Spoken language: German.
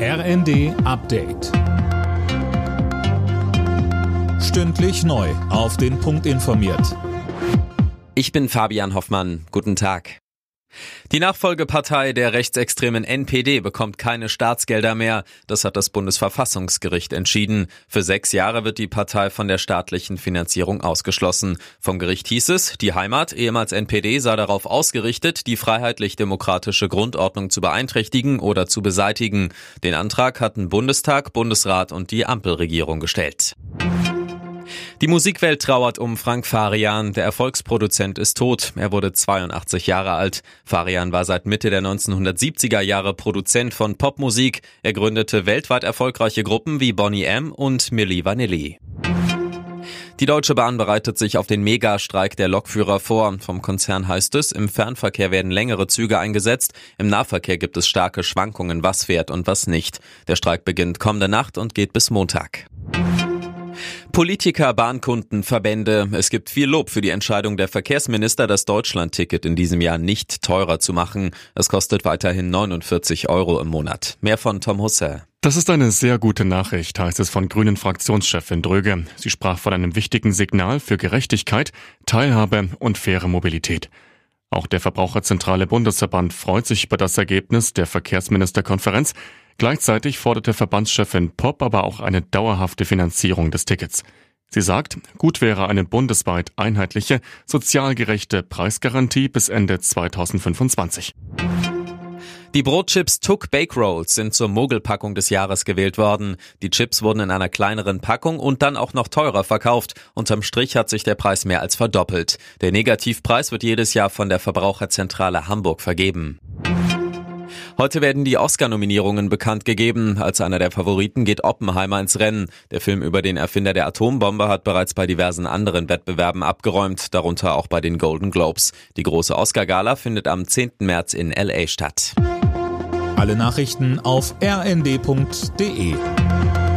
RND Update. Stündlich neu auf den Punkt informiert. Ich bin Fabian Hoffmann. Guten Tag. Die Nachfolgepartei der rechtsextremen NPD bekommt keine Staatsgelder mehr. Das hat das Bundesverfassungsgericht entschieden. Für 6 Jahre wird die Partei von der staatlichen Finanzierung ausgeschlossen. Vom Gericht hieß es, die Heimat, ehemals NPD, sei darauf ausgerichtet, die freiheitlich-demokratische Grundordnung zu beeinträchtigen oder zu beseitigen. Den Antrag hatten Bundestag, Bundesrat und die Ampelregierung gestellt. Die Musikwelt trauert um Frank Farian. Der Erfolgsproduzent ist tot. Er wurde 82 Jahre alt. Farian war seit Mitte der 1970er Jahre Produzent von Popmusik. Er gründete weltweit erfolgreiche Gruppen wie Boney M. und Milli Vanilli. Die Deutsche Bahn bereitet sich auf den Megastreik der Lokführer vor. Vom Konzern heißt es, im Fernverkehr werden längere Züge eingesetzt. Im Nahverkehr gibt es starke Schwankungen, was fährt und was nicht. Der Streik beginnt kommende Nacht und geht bis Montag. Politiker, Bahnkunden, Verbände. Es gibt viel Lob für die Entscheidung der Verkehrsminister, das Deutschlandticket in diesem Jahr nicht teurer zu machen. Es kostet weiterhin 49 € im Monat. Mehr von Tom Husse. Das ist eine sehr gute Nachricht, heißt es von Grünen-Fraktionschefin Dröge. Sie sprach von einem wichtigen Signal für Gerechtigkeit, Teilhabe und faire Mobilität. Auch der Verbraucherzentrale Bundesverband freut sich über das Ergebnis der Verkehrsministerkonferenz. Gleichzeitig forderte Verbandschefin Popp aber auch eine dauerhafte Finanzierung des Tickets. Sie sagt, gut wäre eine bundesweit einheitliche, sozial gerechte Preisgarantie bis Ende 2025. Die Brotchips Tuck Bake Rolls sind zur Mogelpackung des Jahres gewählt worden. Die Chips wurden in einer kleineren Packung und dann auch noch teurer verkauft. Unterm Strich hat sich der Preis mehr als verdoppelt. Der Negativpreis wird jedes Jahr von der Verbraucherzentrale Hamburg vergeben. Heute werden die Oscar-Nominierungen bekannt gegeben. Als einer der Favoriten geht Oppenheimer ins Rennen. Der Film über den Erfinder der Atombombe hat bereits bei diversen anderen Wettbewerben abgeräumt, darunter auch bei den Golden Globes. Die große Oscar-Gala findet am 10. März in LA statt. Alle Nachrichten auf rnd.de.